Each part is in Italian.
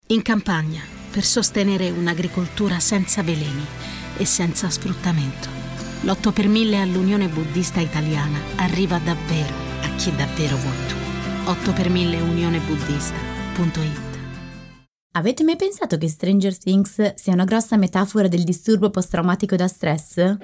In campagna, per sostenere un'agricoltura senza veleni e senza sfruttamento. L'8 per 1000 all'Unione Buddista Italiana arriva davvero a chi davvero vuoi tu. 8 per 1000 unionebuddista.it. Avete mai pensato che Stranger Things sia una grossa metafora del disturbo post-traumatico da stress?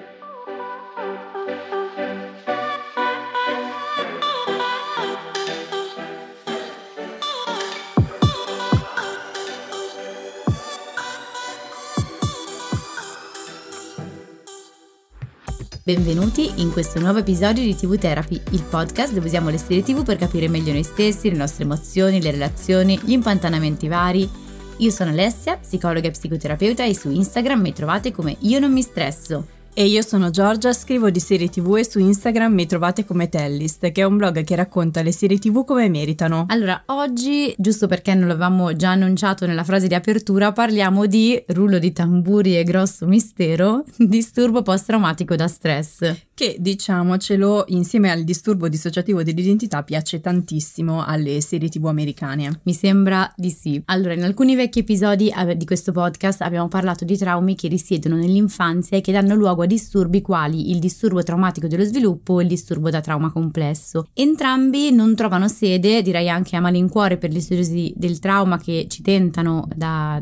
Benvenuti in questo nuovo episodio di TV Therapy, il podcast dove usiamo le serie TV per capire meglio noi stessi, le nostre emozioni, le relazioni, gli impantanamenti vari. Io sono Alessia, psicologa e psicoterapeuta, e su Instagram mi trovate come Io non mi stresso. E io sono Giorgia, scrivo di serie TV e su Instagram mi trovate come Tellist, che è un blog che racconta le serie TV come meritano. Allora, oggi, giusto perché non l'avevamo già annunciato nella frase di apertura, parliamo di rullo di tamburi e grosso mistero, disturbo post-traumatico da stress. Che, diciamocelo, insieme al disturbo dissociativo dell'identità piace tantissimo alle serie TV americane. Mi sembra di sì. Allora, in alcuni vecchi episodi di questo podcast abbiamo parlato di traumi che risiedono nell'infanzia e che danno luogo a disturbi quali il disturbo traumatico dello sviluppo o il disturbo da trauma complesso. Entrambi non trovano sede, direi anche a malincuore per gli studiosi del trauma che ci tentano da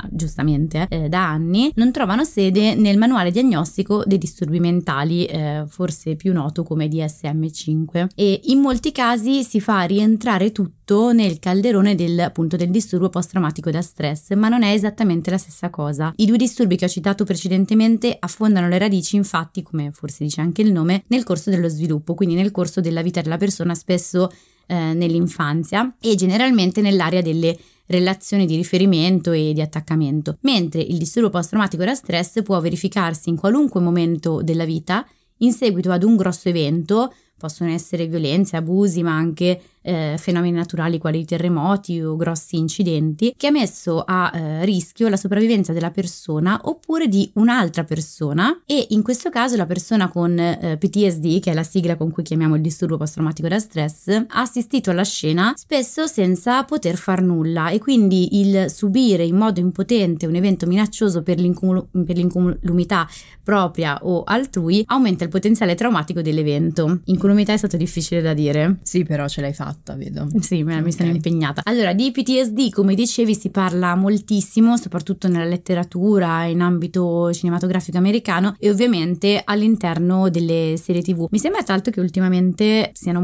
anni, non trovano sede nel manuale diagnostico dei disturbi mentali, forse più noto come DSM-5, e in molti casi si fa rientrare tutto nel calderone del disturbo post-traumatico da stress, ma non è esattamente la stessa cosa. I due disturbi che ho citato precedentemente affondano le radici, infatti, come forse dice anche il nome, nel corso dello sviluppo, quindi nel corso della vita della persona, spesso nell'infanzia, e generalmente nell'area delle relazioni di riferimento e di attaccamento, mentre il disturbo post-traumatico da stress può verificarsi in qualunque momento della vita in seguito ad un grosso evento. Possono essere violenze, abusi, ma anche fenomeni naturali quali terremoti o grossi incidenti, che ha messo a rischio la sopravvivenza della persona oppure di un'altra persona, e in questo caso la persona con PTSD, che è la sigla con cui chiamiamo il disturbo post-traumatico da stress, ha assistito alla scena spesso senza poter far nulla, e quindi il subire in modo impotente un evento minaccioso per l'incolumità propria o altrui aumenta il potenziale traumatico dell'evento. Incolumità è stato difficile da dire. Sì, però ce l'hai fatta, vedo. Sì, mi sono impegnata. Allora, di PTSD, come dicevi, si parla moltissimo, soprattutto nella letteratura, in ambito cinematografico americano e ovviamente all'interno delle serie TV. Mi sembra tra l'altro che ultimamente siano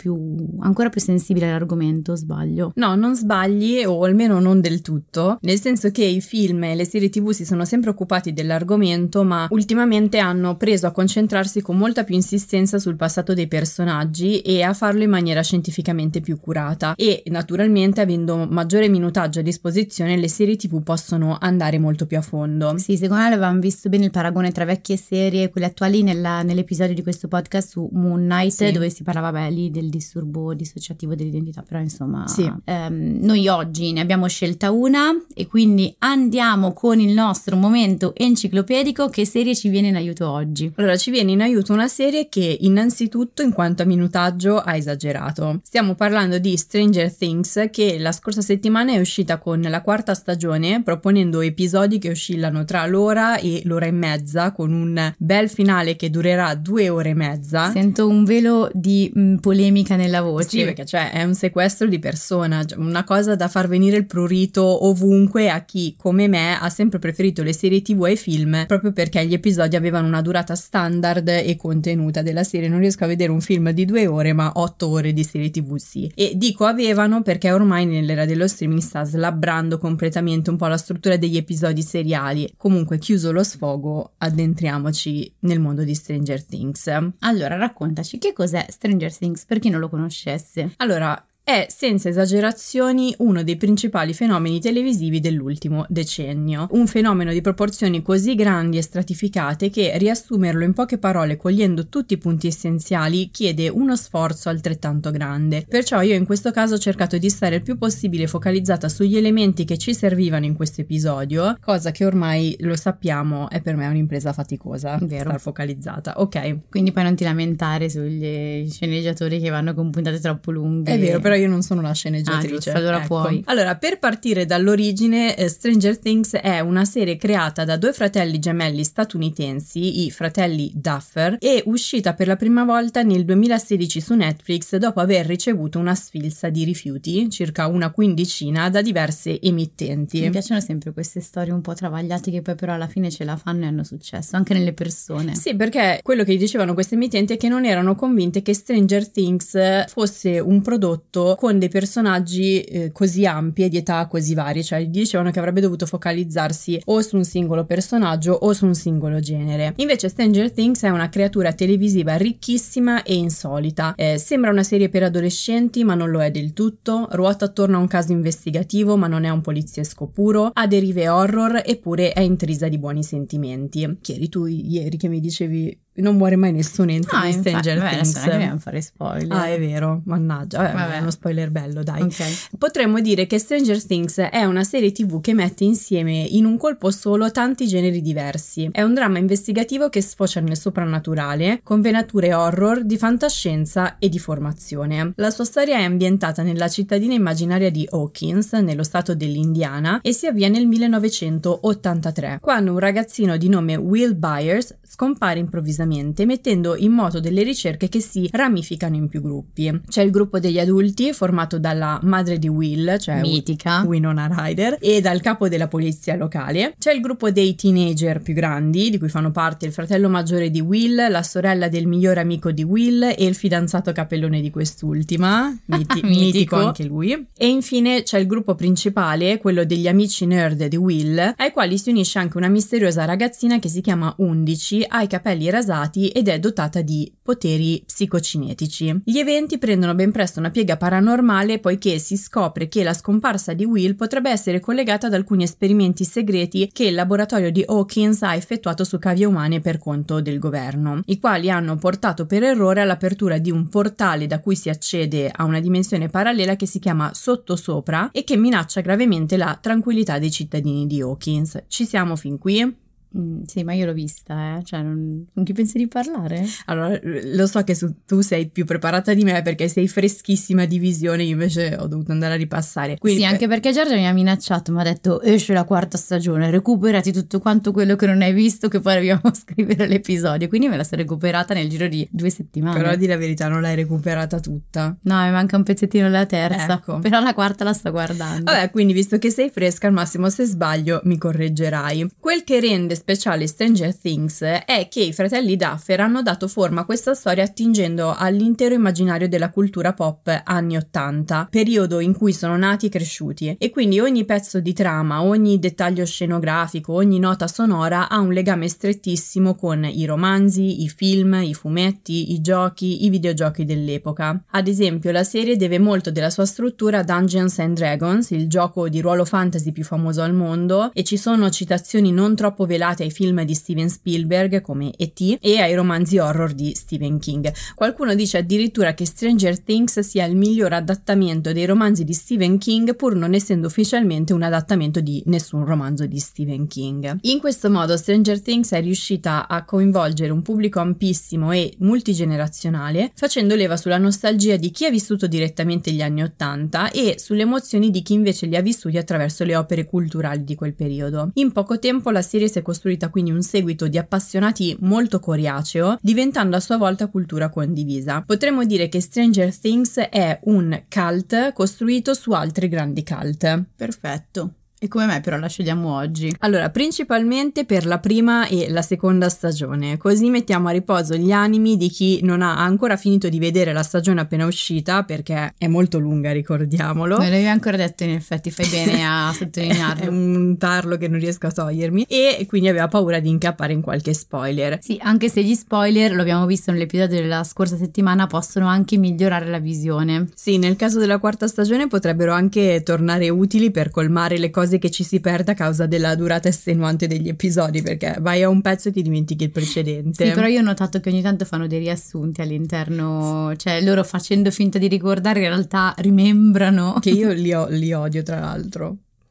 ancora più sensibili all'argomento, sbaglio? No, non sbagli, o almeno non del tutto, nel senso che i film e le serie TV si sono sempre occupati dell'argomento, ma ultimamente hanno preso a concentrarsi con molta più insistenza sul passato dei personaggi e a farlo in maniera scientificamente più curata, e naturalmente, avendo maggiore minutaggio a disposizione, le serie TV possono andare molto più a fondo. Sì, secondo me avevamo visto bene il paragone tra vecchie serie e quelle attuali nell'episodio di questo podcast su Moon Knight, sì, dove si parlava lì del disturbo dissociativo dell'identità, però insomma sì. Noi oggi ne abbiamo scelta una e quindi andiamo con il nostro momento enciclopedico. Che serie ci viene in aiuto oggi? Allora, ci viene in aiuto una serie che innanzitutto in quanto a minutaggio ha esagerato. Stiamo parlando di Stranger Things, che la scorsa settimana è uscita con la 4ª stagione, proponendo episodi che oscillano tra l'ora e l'ora e mezza, con un bel finale che durerà 2 ore e mezza. Sento un velo di polemica nella voce. Sì, perché è un sequestro di persona, una cosa da far venire il prurito ovunque a chi, come me, ha sempre preferito le serie TV ai film, proprio perché gli episodi avevano una durata standard e contenuta della serie. Non riesco a vedere un film di 2 ore, ma 8 ore di serie TV sì. E dico avevano perché ormai nell'era dello streaming sta slabbrando completamente un po' la struttura degli episodi seriali. Comunque, chiuso lo sfogo, addentriamoci nel mondo di Stranger Things. Allora, raccontaci che cos'è Stranger Things per chi non lo conoscesse. Allora, è senza esagerazioni uno dei principali fenomeni televisivi dell'ultimo decennio. Un fenomeno di proporzioni così grandi e stratificate che riassumerlo in poche parole, cogliendo tutti i punti essenziali, chiede uno sforzo altrettanto grande. Perciò io in questo caso ho cercato di stare il più possibile focalizzata sugli elementi che ci servivano in questo episodio, cosa che ormai lo sappiamo è per me un'impresa faticosa. Vero. Star focalizzata, ok. Quindi poi non ti lamentare sugli sceneggiatori che vanno con puntate troppo lunghe. È vero, però io non sono la sceneggiatrice. Giusto, allora ecco. puoi. Allora, per partire dall'origine, Stranger Things è una serie creata da due fratelli gemelli statunitensi, i fratelli Duffer, e uscita per la prima volta nel 2016 su Netflix dopo aver ricevuto una sfilza di rifiuti, circa una quindicina, da diverse emittenti. Mi piacciono sempre queste storie un po' travagliate che poi però alla fine ce la fanno e hanno successo, anche nelle persone. Sì, perché quello che dicevano queste emittenti è che non erano convinte che Stranger Things fosse un prodotto con dei personaggi così ampi e di età così vari, cioè dicevano che avrebbe dovuto focalizzarsi o su un singolo personaggio o su un singolo genere. Invece Stranger Things è una creatura televisiva ricchissima e insolita. Sembra una serie per adolescenti, ma non lo è del tutto, ruota attorno a un caso investigativo, ma non è un poliziesco puro, ha derive horror, eppure è intrisa di buoni sentimenti. Chi eri tu ieri che mi dicevi non muore mai nessuno in Stranger Things? Adesso non dobbiamo fare spoiler. Ah, è vero, mannaggia, vabbè. È uno spoiler bello, dai. Okay. Potremmo dire che Stranger Things è una serie TV che mette insieme in un colpo solo tanti generi diversi. È un dramma investigativo che sfocia nel soprannaturale, con venature horror, di fantascienza e di formazione. La sua storia è ambientata nella cittadina immaginaria di Hawkins, nello stato dell'Indiana, e si avvia nel 1983, quando un ragazzino di nome Will Byers scompare improvvisamente, mettendo in moto delle ricerche che si ramificano in più gruppi. C'è il gruppo degli adulti, formato dalla madre di Will, cioè mitica Winona Ryder, e dal capo della polizia locale. C'è il gruppo dei teenager più grandi, di cui fanno parte il fratello maggiore di Will, la sorella del migliore amico di Will e il fidanzato capellone di quest'ultima, mitico anche lui. E infine c'è il gruppo principale, quello degli amici nerd di Will, ai quali si unisce anche una misteriosa ragazzina che si chiama 11, ha i capelli rasati ed è dotata di poteri psicocinetici. Gli eventi prendono ben presto una piega paranormale, poiché si scopre che la scomparsa di Will potrebbe essere collegata ad alcuni esperimenti segreti che il laboratorio di Hawkins ha effettuato su cavie umane per conto del governo, i quali hanno portato per errore all'apertura di un portale da cui si accede a una dimensione parallela che si chiama Sottosopra e che minaccia gravemente la tranquillità dei cittadini di Hawkins. Ci siamo fin qui? Sì, ma io l'ho vista, cioè con chi pensi di parlare? Allora, lo so che tu sei più preparata di me perché sei freschissima di visione, io invece ho dovuto andare a ripassare. Quindi, sì, anche perché Giorgia mi ha minacciato, mi ha detto esce la quarta stagione, recuperati tutto quanto quello che non hai visto che poi dobbiamo scrivere l'episodio, quindi me la sono recuperata nel giro di 2 settimane. Però a dire la verità non l'hai recuperata tutta. No, mi manca un pezzettino della terza, ecco. Però la quarta la sto guardando. Vabbè, quindi visto che sei fresca, al massimo se sbaglio mi correggerai. Quel che rende speciale Stranger Things è che i fratelli Duffer hanno dato forma a questa storia attingendo all'intero immaginario della cultura pop anni 80, periodo in cui sono nati e cresciuti, e quindi ogni pezzo di trama, ogni dettaglio scenografico, ogni nota sonora ha un legame strettissimo con i romanzi, i film, i fumetti, i giochi, i videogiochi dell'epoca. Ad esempio, la serie deve molto della sua struttura a Dungeons and Dragons, il gioco di ruolo fantasy più famoso al mondo, e ci sono citazioni non troppo velate ai film di Steven Spielberg come E.T. e ai romanzi horror di Stephen King. Qualcuno dice addirittura che Stranger Things sia il miglior adattamento dei romanzi di Stephen King, pur non essendo ufficialmente un adattamento di nessun romanzo di Stephen King. In questo modo Stranger Things è riuscita a coinvolgere un pubblico ampissimo e multigenerazionale, facendo leva sulla nostalgia di chi ha vissuto direttamente gli anni '80 e sulle emozioni di chi invece li ha vissuti attraverso le opere culturali di quel periodo. In poco tempo la serie si è costruita quindi un seguito di appassionati molto coriaceo, diventando a sua volta cultura condivisa. Potremmo dire che Stranger Things è un cult costruito su altri grandi cult. Perfetto. E come mai però la scegliamo oggi? Allora, principalmente per la prima e la seconda stagione, così mettiamo a riposo gli animi di chi non ha ancora finito di vedere la stagione appena uscita, perché è molto lunga, ricordiamolo. Me l'avevi ancora detto, in effetti, fai bene a sottolinearlo. È un tarlo che non riesco a togliermi, e quindi aveva paura di incappare in qualche spoiler. Sì, anche se gli spoiler, lo abbiamo visto nell'episodio della scorsa settimana, possono anche migliorare la visione. Sì, nel caso della quarta stagione potrebbero anche tornare utili per colmare le cose che ci si perde a causa della durata estenuante degli episodi, perché vai a un pezzo e ti dimentichi il precedente. Sì, però io ho notato che ogni tanto fanno dei riassunti all'interno, cioè loro facendo finta di ricordare in realtà rimembrano. Che io li odio, tra l'altro.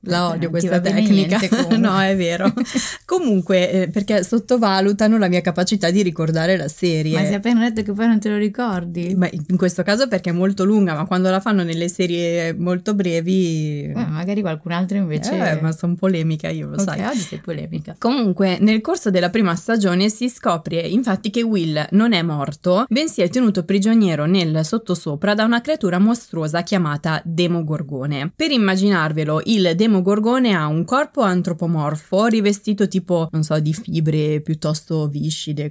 La odio questa tecnica. No, è vero. Comunque, perché sottovalutano la mia capacità di ricordare la serie. Ma hai appena detto che poi non te lo ricordi? Beh, in questo caso perché è molto lunga, ma quando la fanno nelle serie molto brevi... magari qualcun altro invece... ma sono polemica io, lo sai. Oggi sei polemica. Comunque, nel corso della prima stagione si scopre infatti che Will non è morto, bensì è tenuto prigioniero nel sottosopra da una creatura mostruosa chiamata Demogorgone. Per immaginarvelo, il Demogorgone ha un corpo antropomorfo rivestito tipo, non so, di fibre piuttosto viscide,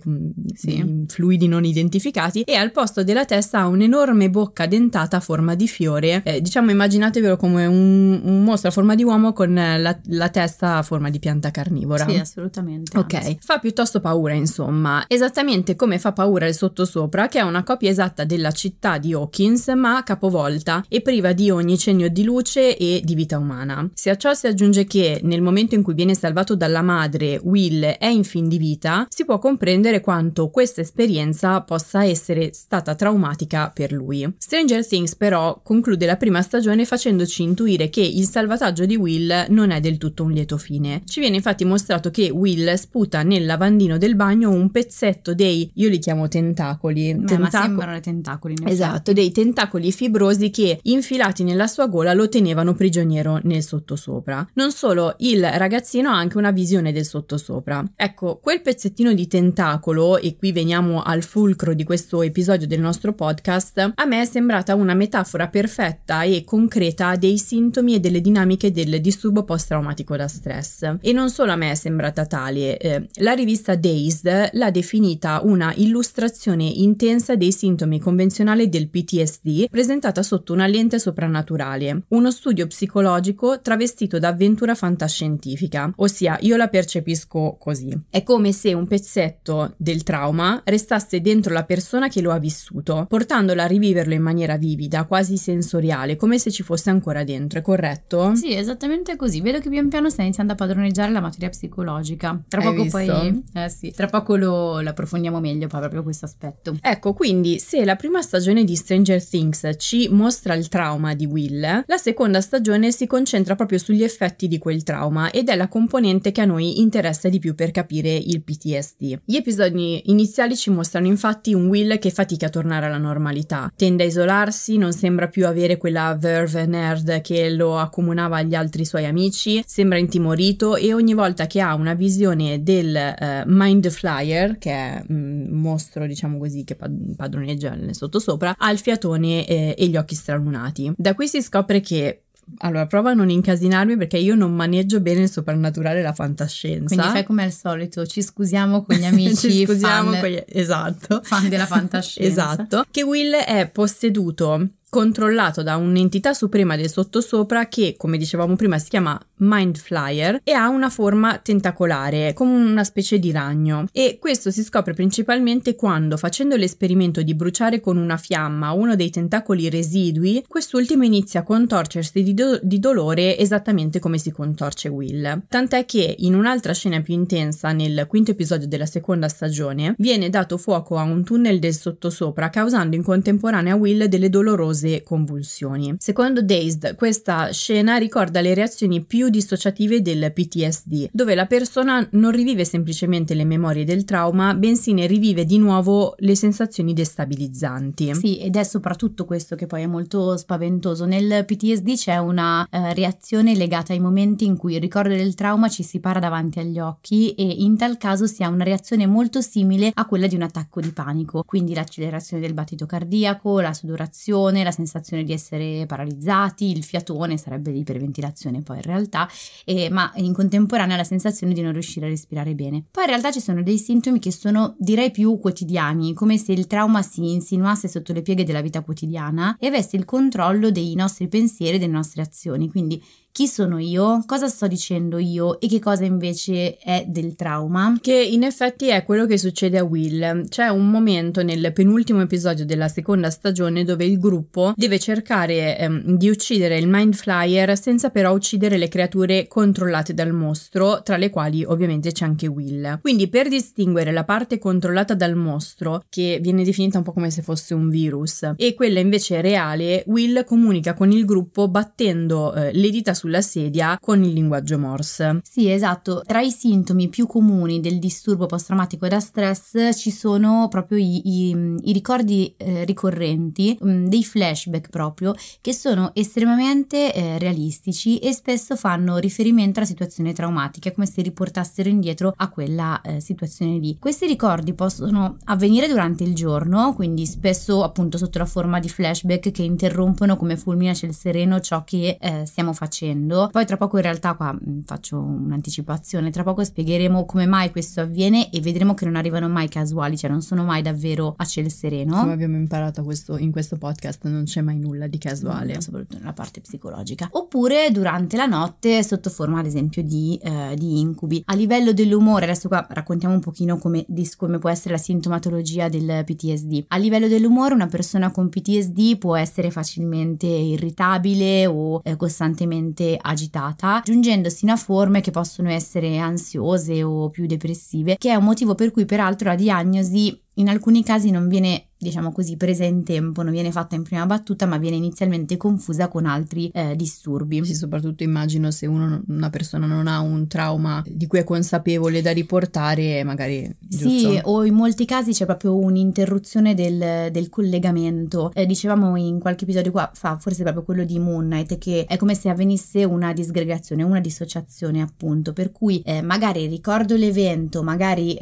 di fluidi non identificati, e al posto della testa ha un'enorme bocca dentata a forma di fiore. Diciamo, immaginatevelo come un mostro a forma di uomo con la testa a forma di pianta carnivora. Sì, assolutamente. Ok, anzi. Fa piuttosto paura, insomma, esattamente come fa paura il sottosopra, che è una copia esatta della città di Hawkins, ma capovolta e priva di ogni cenno di luce e di vita umana. Se a ciò si aggiunge che nel momento in cui viene salvato dalla madre Will è in fin di vita, si può comprendere quanto questa esperienza possa essere stata traumatica per lui. Stranger Things però conclude la prima stagione facendoci intuire che il salvataggio di Will non è del tutto un lieto fine. Ci viene infatti mostrato che Will sputa nel lavandino del bagno un pezzetto dei, io li chiamo tentacoli, ma sembrano tentacoli. Esatto, dei tentacoli fibrosi che infilati nella sua gola lo tenevano prigioniero nel sottosopra. Non solo, il ragazzino ha anche una visione del sottosopra. Ecco, quel pezzettino di tentacolo, e qui veniamo al fulcro di questo episodio del nostro podcast, a me è sembrata una metafora perfetta e concreta dei sintomi e delle dinamiche del disturbo post-traumatico da stress. E non solo a me è sembrata tale, la rivista Dazed l'ha definita una illustrazione intensa dei sintomi convenzionali del PTSD presentata sotto una lente soprannaturale, uno studio psicologico travestito da avventura fantascientifica, ossia io la percepisco così. È come se un pezzetto del trauma restasse dentro la persona che lo ha vissuto, portandola a riviverlo in maniera vivida, quasi sensoriale, come se ci fosse ancora dentro, è corretto? Sì, esattamente così. Vedo che pian piano stai iniziando a padroneggiare la materia psicologica. Tra Hai poco visto? poi tra poco lo approfondiamo meglio proprio questo aspetto. Ecco, quindi se la prima stagione di Stranger Things ci mostra il trauma di Will, la seconda stagione si concentra proprio sugli effetti di quel trauma ed è la componente che a noi interessa di più per capire il PTSD. Gli episodi iniziali ci mostrano infatti un Will che fatica a tornare alla normalità, tende a isolarsi, non sembra più avere quella verve nerd che lo accomunava agli altri suoi amici, sembra intimorito e ogni volta che ha una visione del Mind Flyer, che è un mostro diciamo così che padroneggia nel sottosopra, ha il fiatone e gli occhi stralunati. Da qui si scopre che, allora, prova a non incasinarmi perché io non maneggio bene il soprannaturale e la fantascienza. Quindi fai come al solito, ci scusiamo con gli amici ci scusiamo fan, esatto. fan della fantascienza. Esatto. Che Will è posseduto, controllato da un'entità suprema del sottosopra che, come dicevamo prima, si chiama Mind Flyer e ha una forma tentacolare, come una specie di ragno. E questo si scopre principalmente quando, facendo l'esperimento di bruciare con una fiamma uno dei tentacoli residui, quest'ultimo inizia a contorcersi di dolore esattamente come si contorce Will. Tant'è che in un'altra scena più intensa, nel quinto episodio della seconda stagione, viene dato fuoco a un tunnel del sottosopra, causando in contemporanea a Will delle dolorose convulsioni. Secondo Dazed, questa scena ricorda le reazioni più dissociative del PTSD, dove la persona non rivive semplicemente le memorie del trauma, bensì ne rivive di nuovo le sensazioni destabilizzanti. Sì, ed è soprattutto questo che poi è molto spaventoso. Nel PTSD c'è una reazione legata ai momenti in cui il ricordo del trauma ci si para davanti agli occhi e in tal caso si ha una reazione molto simile a quella di un attacco di panico, quindi l'accelerazione del battito cardiaco, la sudorazione, la sensazione di essere paralizzati, il fiatone sarebbe l'iperventilazione poi in realtà, ma in contemporanea la sensazione di non riuscire a respirare bene. Poi in realtà ci sono dei sintomi che sono direi più quotidiani, come se il trauma si insinuasse sotto le pieghe della vita quotidiana e avesse il controllo dei nostri pensieri e delle nostre azioni, quindi chi sono io, cosa sto dicendo io e che cosa invece è del trauma. Che in effetti è quello che succede a Will. C'è un momento nel penultimo episodio della seconda stagione dove il gruppo deve cercare di uccidere il Mind Flyer senza però uccidere le creature controllate dal mostro, tra le quali ovviamente c'è anche Will. Quindi per distinguere la parte controllata dal mostro, che viene definita un po' come se fosse un virus, e quella invece reale, Will comunica con il gruppo battendo le dita sul sulla sedia con il linguaggio Morse. Sì, esatto. Tra i sintomi più comuni del disturbo post-traumatico da stress ci sono proprio i ricordi ricorrenti, dei flashback proprio, che sono estremamente realistici e spesso fanno riferimento alla situazione traumatica, come se riportassero indietro a quella situazione lì. Questi ricordi possono avvenire durante il giorno, quindi spesso appunto sotto la forma di flashback che interrompono come fulmine a ciel sereno ciò che stiamo facendo. Poi tra poco, in realtà, qua faccio un'anticipazione, tra poco spiegheremo come mai questo avviene e vedremo che non arrivano mai casuali, cioè non sono mai davvero a ciel sereno. Come abbiamo imparato in questo podcast, non c'è mai nulla di casuale, soprattutto nella parte psicologica. Oppure durante la notte sotto forma ad esempio di incubi. A livello dell'umore, adesso qua raccontiamo un pochino come può essere la sintomatologia del PTSD. A livello dell'umore, una persona con PTSD può essere facilmente irritabile o costantemente agitata, giungendosi a forme che possono essere ansiose o più depressive, che è un motivo per cui peraltro la diagnosi in alcuni casi non viene, diciamo così, presa in tempo, non viene fatta in prima battuta, ma viene inizialmente confusa con altri disturbi. Sì, soprattutto immagino se una persona non ha un trauma di cui è consapevole da riportare, magari, giusto? Sì, o in molti casi c'è proprio un'interruzione del collegamento. Dicevamo in qualche episodio qua fa, forse proprio quello di Moon Knight, che è come se avvenisse una disgregazione, una dissociazione appunto, per cui magari ricordo l'evento, magari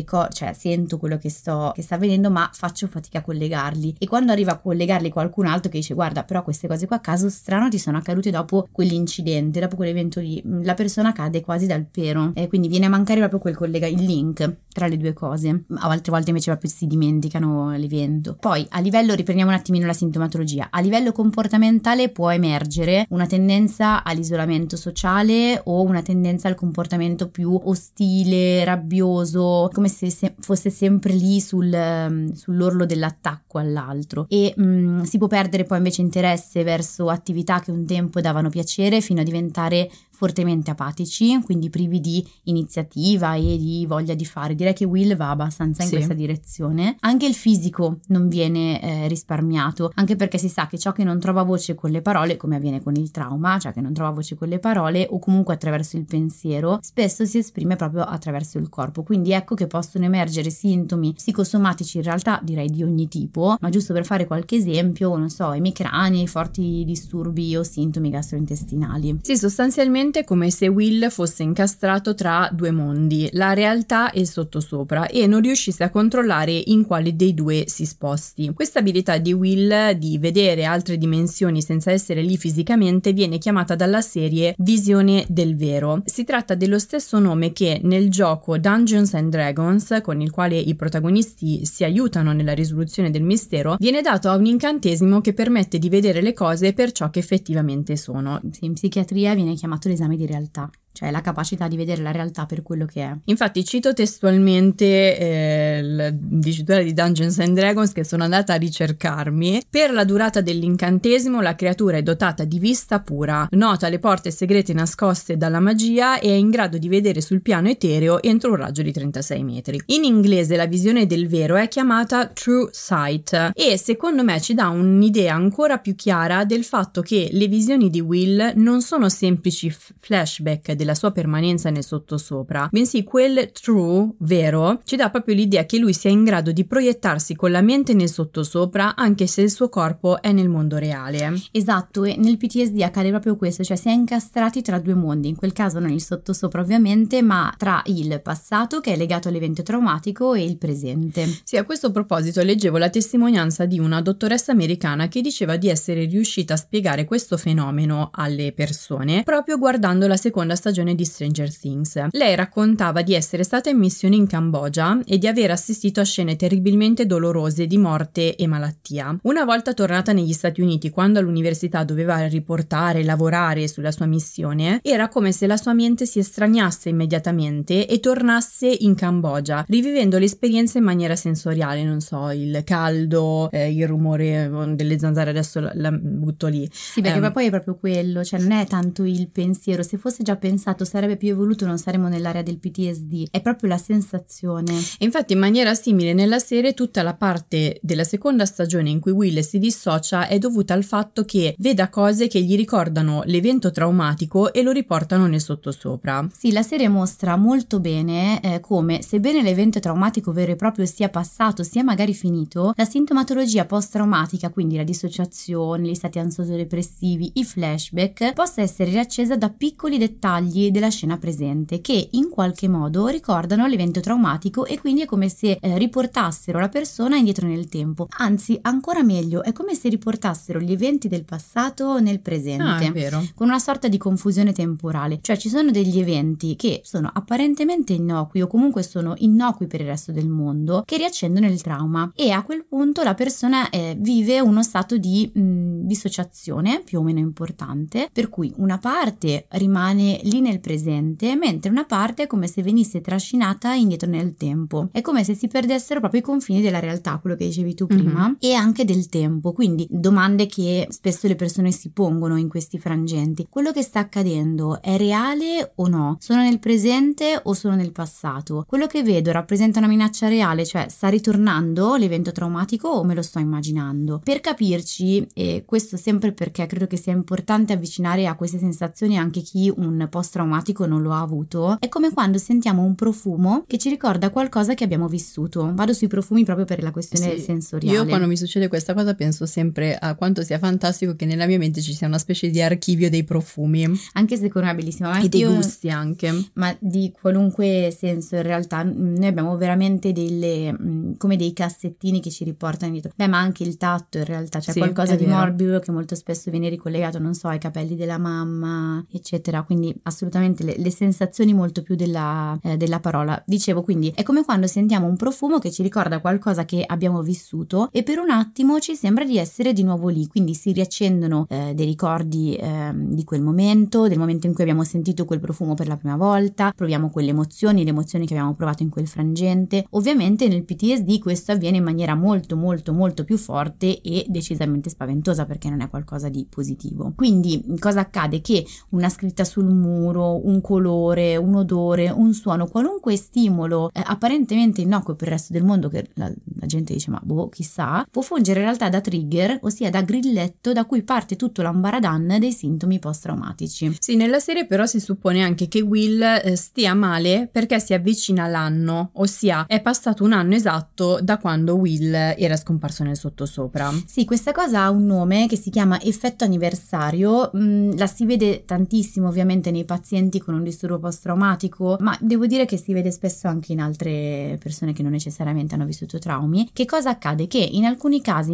sento quello che sta avvenendo, ma faccio fatica a collegarli, e quando arriva a collegarli qualcun altro che dice guarda, però queste cose qua a caso strano ti sono accadute dopo quell'incidente, dopo quell'evento lì, la persona cade quasi dal pero, e quindi viene a mancare proprio il link tra le due cose. Altre volte invece proprio si dimenticano l'evento. Poi a livello, riprendiamo un attimino la sintomatologia, a livello comportamentale può emergere una tendenza all'isolamento sociale o una tendenza al comportamento più ostile, rabbioso, come se fosse sempre lì sull'orlo dell'attacco all'altro, e si può perdere poi invece interesse verso attività che un tempo davano piacere fino a diventare fortemente apatici, quindi privi di iniziativa e di voglia di fare. Direi che Will va abbastanza in questa direzione. Anche il fisico non viene risparmiato, anche perché si sa che ciò che non trova voce con le parole, come avviene con il trauma, cioè che non trova voce con le parole o comunque attraverso il pensiero, spesso si esprime proprio attraverso il corpo. Quindi ecco che possono emergere sintomi psicosomatici, in realtà direi di ogni tipo, ma giusto per fare qualche esempio, non so, emicranie, forti disturbi o sintomi gastrointestinali. Sì, sostanzialmente come se Will fosse incastrato tra due mondi, la realtà e il sottosopra, e non riuscisse a controllare in quale dei due si sposti. Questa abilità di Will di vedere altre dimensioni senza essere lì fisicamente viene chiamata dalla serie visione del vero. Si tratta dello stesso nome che nel gioco Dungeons and Dragons, con il quale i protagonisti si aiutano nella risoluzione del mistero, viene dato a un incantesimo che permette di vedere le cose per ciò che effettivamente sono. Sì, in psichiatria viene chiamato l'esame di realtà, cioè la capacità di vedere la realtà per quello che è. Infatti cito testualmente la dicitura di Dungeons and Dragons che sono andata a ricercarmi. Per la durata dell'incantesimo la creatura è dotata di vista pura, nota le porte segrete nascoste dalla magia e è in grado di vedere sul piano etereo entro un raggio di 36 metri. In inglese la visione del vero è chiamata True Sight e secondo me ci dà un'idea ancora più chiara del fatto che le visioni di Will non sono semplici flashback della sua permanenza nel sottosopra, bensì quel true, vero, ci dà proprio l'idea che lui sia in grado di proiettarsi con la mente nel sottosopra anche se il suo corpo è nel mondo reale. Esatto, e nel PTSD accade proprio questo, cioè si è incastrati tra due mondi, in quel caso non il sottosopra ovviamente, ma tra il passato che è legato all'evento traumatico e il presente. Sì, a questo proposito leggevo la testimonianza di una dottoressa americana che diceva di essere riuscita a spiegare questo fenomeno alle persone proprio guardando la seconda stagione di Stranger Things. Lei raccontava di essere stata in missione in Cambogia e di aver assistito a scene terribilmente dolorose di morte e malattia. Una volta tornata negli Stati Uniti, quando all'università doveva riportare e lavorare sulla sua missione, era come se la sua mente si estraniasse immediatamente e tornasse in Cambogia, rivivendo l'esperienza in maniera sensoriale, non so, il caldo, il rumore delle zanzare, adesso la butto lì. Sì, perché poi è proprio quello, cioè non è tanto il pensiero, se fosse già pensiero pensato sarebbe più evoluto, non saremo nell'area del PTSD, è proprio la sensazione. E infatti in maniera simile nella serie tutta la parte della seconda stagione in cui Will si dissocia è dovuta al fatto che veda cose che gli ricordano l'evento traumatico e lo riportano nel sottosopra. Sì, la serie mostra molto bene come, sebbene l'evento traumatico vero e proprio sia passato, sia magari finito, la sintomatologia post-traumatica, quindi la dissociazione, gli stati ansioso-depressivi, i flashback, possa essere riaccesa da piccoli dettagli della scena presente che in qualche modo ricordano l'evento traumatico, e quindi è come se riportassero la persona indietro nel tempo. Anzi, ancora meglio, è come se riportassero gli eventi del passato nel presente, è vero. con una sorta di confusione temporale. Cioè ci sono degli eventi che sono apparentemente innocui o comunque sono innocui per il resto del mondo, che riaccendono il trauma, e a quel punto la persona vive uno stato di dissociazione più o meno importante, per cui una parte rimane lì nel presente, mentre una parte è come se venisse trascinata indietro nel tempo. È come se si perdessero proprio i confini della realtà, quello che dicevi tu prima, e anche del tempo. Quindi domande che spesso le persone si pongono in questi frangenti: quello che sta accadendo è reale o no? Sono nel presente o sono nel passato? Quello che vedo rappresenta una minaccia reale, cioè sta ritornando l'evento traumatico o me lo sto immaginando? Per capirci, e questo sempre perché credo che sia importante avvicinare a queste sensazioni anche chi un post traumatico non lo ha avuto, è come quando sentiamo un profumo che ci ricorda qualcosa che abbiamo vissuto. Vado sui profumi proprio per la questione sensoriale. Io quando mi succede questa cosa penso sempre a quanto sia fantastico che nella mia mente ci sia una specie di archivio dei profumi, anche secondo me è bellissimo, e dei gusti anche, ma di qualunque senso. In realtà noi abbiamo veramente delle come dei cassettini che ci riportano indietro. Beh, ma anche il tatto, in realtà c'è qualcosa di morbido che molto spesso viene ricollegato, non so, ai capelli della mamma, eccetera. Quindi assolutamente le sensazioni molto più della parola. Dicevo, quindi è come quando sentiamo un profumo che ci ricorda qualcosa che abbiamo vissuto e per un attimo ci sembra di essere di nuovo lì, quindi si riaccendono dei ricordi di quel momento, del momento in cui abbiamo sentito quel profumo per la prima volta, proviamo quelle emozioni, le emozioni che abbiamo provato in quel frangente. Ovviamente nel PTSD questo avviene in maniera molto molto molto più forte e decisamente spaventosa, perché non è qualcosa di positivo. Quindi cosa accade? Che una scritta sul muro, un colore, un odore, un suono, qualunque stimolo apparentemente innocuo per il resto del mondo, che la gente dice ma boh, chissà, può fungere in realtà da trigger, ossia da grilletto da cui parte tutto l'ambaradan dei sintomi post-traumatici. Sì, nella serie però si suppone anche che Will stia male perché si avvicina all'anno, ossia è passato un anno esatto da quando Will era scomparso nel sottosopra. Sì, questa cosa ha un nome che si chiama effetto anniversario, la si vede tantissimo ovviamente nei pazienti con un disturbo post-traumatico, ma devo dire che si vede spesso anche in altre persone che non necessariamente hanno vissuto traumi. Che cosa accade? Che in alcuni casi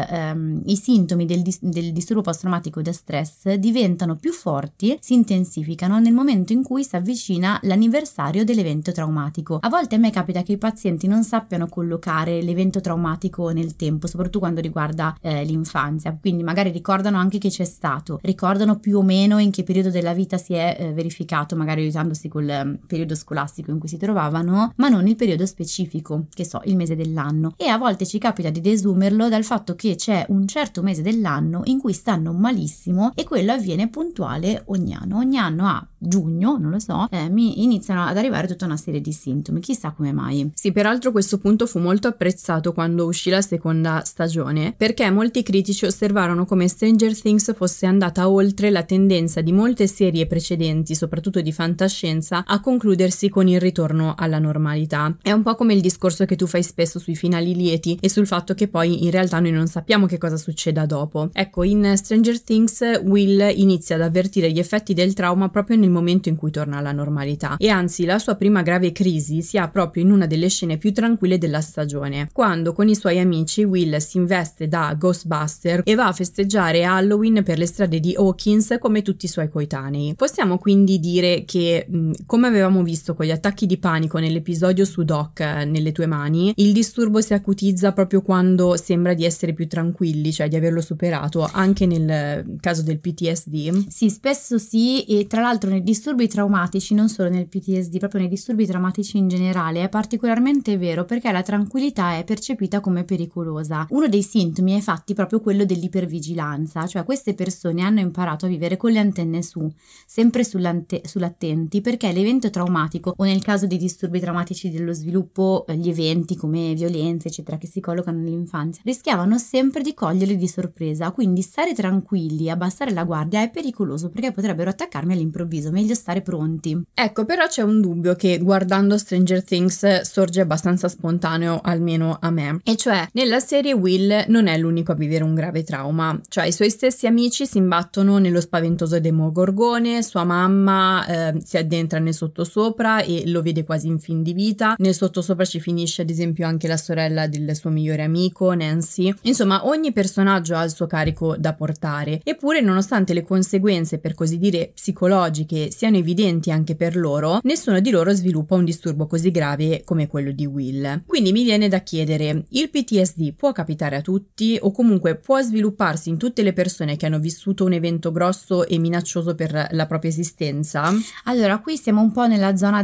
i sintomi del disturbo post-traumatico da stress diventano più forti, si intensificano nel momento in cui si avvicina l'anniversario dell'evento traumatico. A volte a me capita che i pazienti non sappiano collocare l'evento traumatico nel tempo, soprattutto quando riguarda l'infanzia, quindi magari ricordano anche che c'è stato, ricordano più o meno in che periodo della vita si è verificato, magari aiutandosi col periodo scolastico in cui si trovavano, ma non il periodo specifico, che so, il mese dell'anno. E a volte ci capita di desumerlo dal fatto che c'è un certo mese dell'anno in cui stanno malissimo e quello avviene puntuale ogni anno. Ogni anno a giugno, non lo so, mi iniziano ad arrivare tutta una serie di sintomi, chissà come mai. Sì, peraltro questo punto fu molto apprezzato quando uscì la seconda stagione, perché molti critici osservarono come Stranger Things fosse andata oltre la tendenza di molte serie precedenti, soprattutto di fantascienza, a concludersi con il ritorno alla normalità. È un po' come il discorso che tu fai spesso sui finali lieti e sul fatto che poi in realtà noi non sappiamo che cosa succeda dopo. Ecco, in Stranger Things Will inizia ad avvertire gli effetti del trauma proprio nel momento in cui torna alla normalità, e anzi la sua prima grave crisi si ha proprio in una delle scene più tranquille della stagione, quando con i suoi amici Will si investe da Ghostbuster e va a festeggiare Halloween per le strade di Hawkins come tutti i suoi coetanei. Possiamo quindi dire che, come avevamo visto con gli attacchi di panico nell'episodio su Doc nelle tue mani, il disturbo si acutizza proprio quando sembra di essere più tranquilli, cioè di averlo superato, anche nel caso del PTSD. Sì, spesso sì, e tra l'altro nei disturbi traumatici, non solo nel PTSD, proprio nei disturbi traumatici in generale, è particolarmente vero perché la tranquillità è percepita come pericolosa. Uno dei sintomi è infatti proprio quello dell'ipervigilanza, cioè queste persone hanno imparato a vivere con le antenne su, sempre sull'attenti, perché l'evento traumatico, o nel caso di disturbi traumatici dello sviluppo, gli eventi come violenze eccetera che si collocano nell'infanzia, rischiavano sempre di coglierli di sorpresa, quindi stare tranquilli, abbassare la guardia è pericoloso perché potrebbero attaccarmi all'improvviso, meglio stare pronti. Ecco, però c'è un dubbio che guardando Stranger Things sorge abbastanza spontaneo, almeno a me, e cioè nella serie Will non è l'unico a vivere un grave trauma, cioè i suoi stessi amici si imbattono nello spaventoso Demogorgone, sua mamma si addentra nel sottosopra e lo vede quasi in fin di vita, nel sottosopra ci finisce ad esempio anche la sorella del suo migliore amico Nancy. Insomma, ogni personaggio ha il suo carico da portare, eppure nonostante le conseguenze per così dire psicologiche siano evidenti anche per loro, nessuno di loro sviluppa un disturbo così grave come quello di Will. Quindi mi viene da chiedere, il PTSD può capitare a tutti o comunque può svilupparsi in tutte le persone che hanno vissuto un evento grosso e minaccioso per la propria esistenza? Allora, qui siamo un po' nella zona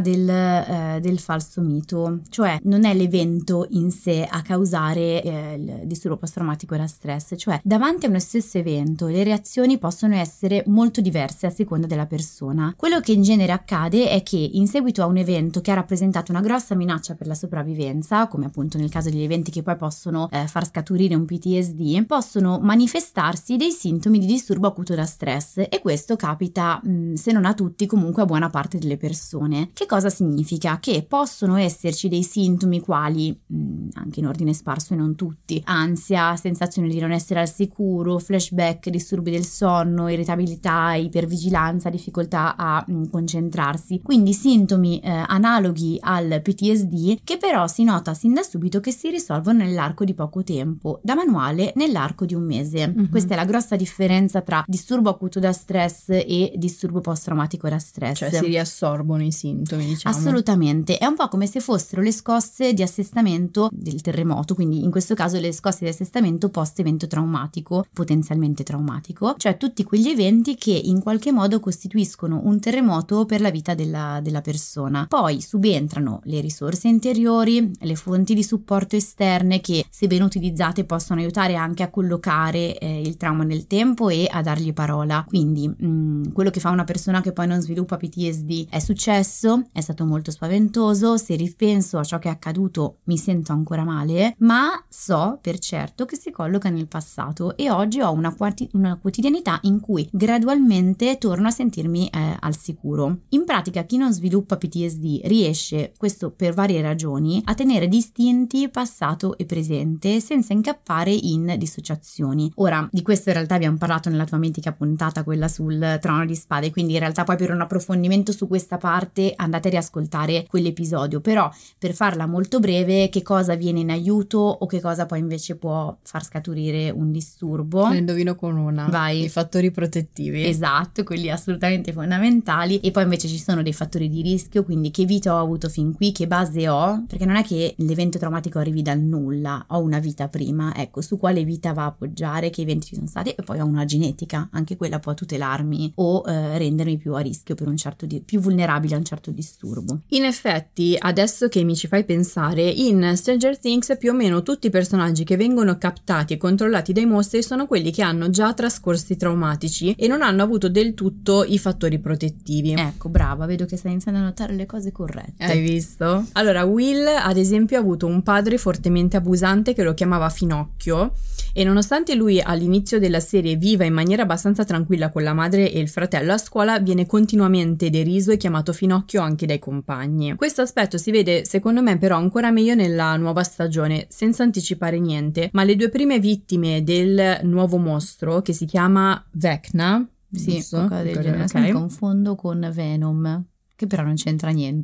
del falso mito, cioè non è l'evento in sé a causare il disturbo post-traumatico da stress, cioè davanti a uno stesso evento le reazioni possono essere molto diverse a seconda della persona. Quello che in genere accade è che in seguito a un evento che ha rappresentato una grossa minaccia per la sopravvivenza, come appunto nel caso degli eventi che poi possono far scaturire un PTSD, possono manifestarsi dei sintomi di disturbo acuto da stress, e questo capita se non a tutti, comunque a buona parte delle persone. Che cosa significa? Che possono esserci dei sintomi quali, anche in ordine sparso e non tutti, ansia, sensazione di non essere al sicuro, flashback, disturbi del sonno, irritabilità, ipervigilanza, difficoltà a concentrarsi, quindi sintomi analoghi al PTSD, che però si nota sin da subito che si risolvono nell'arco di poco tempo, da manuale nell'arco di un mese. Questa è la grossa differenza tra disturbo acuto da stress e disturbo post-traumatico da stress. Cioè si riassorbono i sintomi, diciamo. Assolutamente, è un po' come se fossero le scosse di assestamento del terremoto, quindi in questo caso le scosse di assestamento post evento traumatico, potenzialmente traumatico, cioè tutti quegli eventi che in qualche modo costituiscono un terremoto per la vita della persona. Poi subentrano le risorse interiori, le fonti di supporto esterne che, se ben utilizzate, possono aiutare anche a collocare il trauma nel tempo e a dargli parola. Quindi quello che fa una persona che poi non sviluppa PTSD: è successo, è stato molto spaventoso, se ripenso a ciò che è accaduto mi sento ancora male, ma so per certo che si colloca nel passato e oggi ho una quotidianità in cui gradualmente torno a sentirmi al sicuro. In pratica chi non sviluppa PTSD riesce, questo per varie ragioni, a tenere distinti passato e presente senza incappare in dissociazioni. Ora, di questo in realtà abbiamo parlato nella tua mitica puntata, quella sul Trono di Spade, quindi in realtà poi per un approfondimento su questa parte andate a riascoltare quell'episodio, però per farla molto breve, che cosa viene in aiuto o che cosa poi invece può far scaturire un disturbo? Ne indovino con una. Vai. I fattori protettivi. Esatto, quelli assolutamente fondamentali. E poi invece ci sono dei fattori di rischio, quindi che vita ho avuto fin qui, che base ho, perché non è che l'evento traumatico arrivi dal nulla, ho una vita prima, ecco, su quale vita va a appoggiare, che eventi ci sono stati, e poi ho una genetica, anche quella può tutelarmi o rendermi più a rischio per un certo più vulnerabile a un certo disturbo. In effetti, adesso che mi ci fai pensare, in Stranger Things più o meno tutti i personaggi che vengono captati e controllati dai mostri sono quelli che hanno già trascorsi traumatici e non hanno avuto del tutto i fattori protettivi. Ecco, brava, vedo che stai iniziando a notare le cose corrette. Hai visto? Allora, Will ad esempio ha avuto un padre fortemente abusante che lo chiamava Finocchio, e nonostante lui all'inizio della serie viva in maniera abbastanza tranquilla con la madre e il fratello, a scuola viene continuamente deriso e chiamato Finocchio anche dai compagni. Questo aspetto si vede secondo me però ancora meglio nella nuova stagione, senza anticipare niente, ma le due prime vittime del nuovo mostro, che si chiama Vecna, sì, qualcosa del genere, mi confondo con Venom, che però non c'entra niente.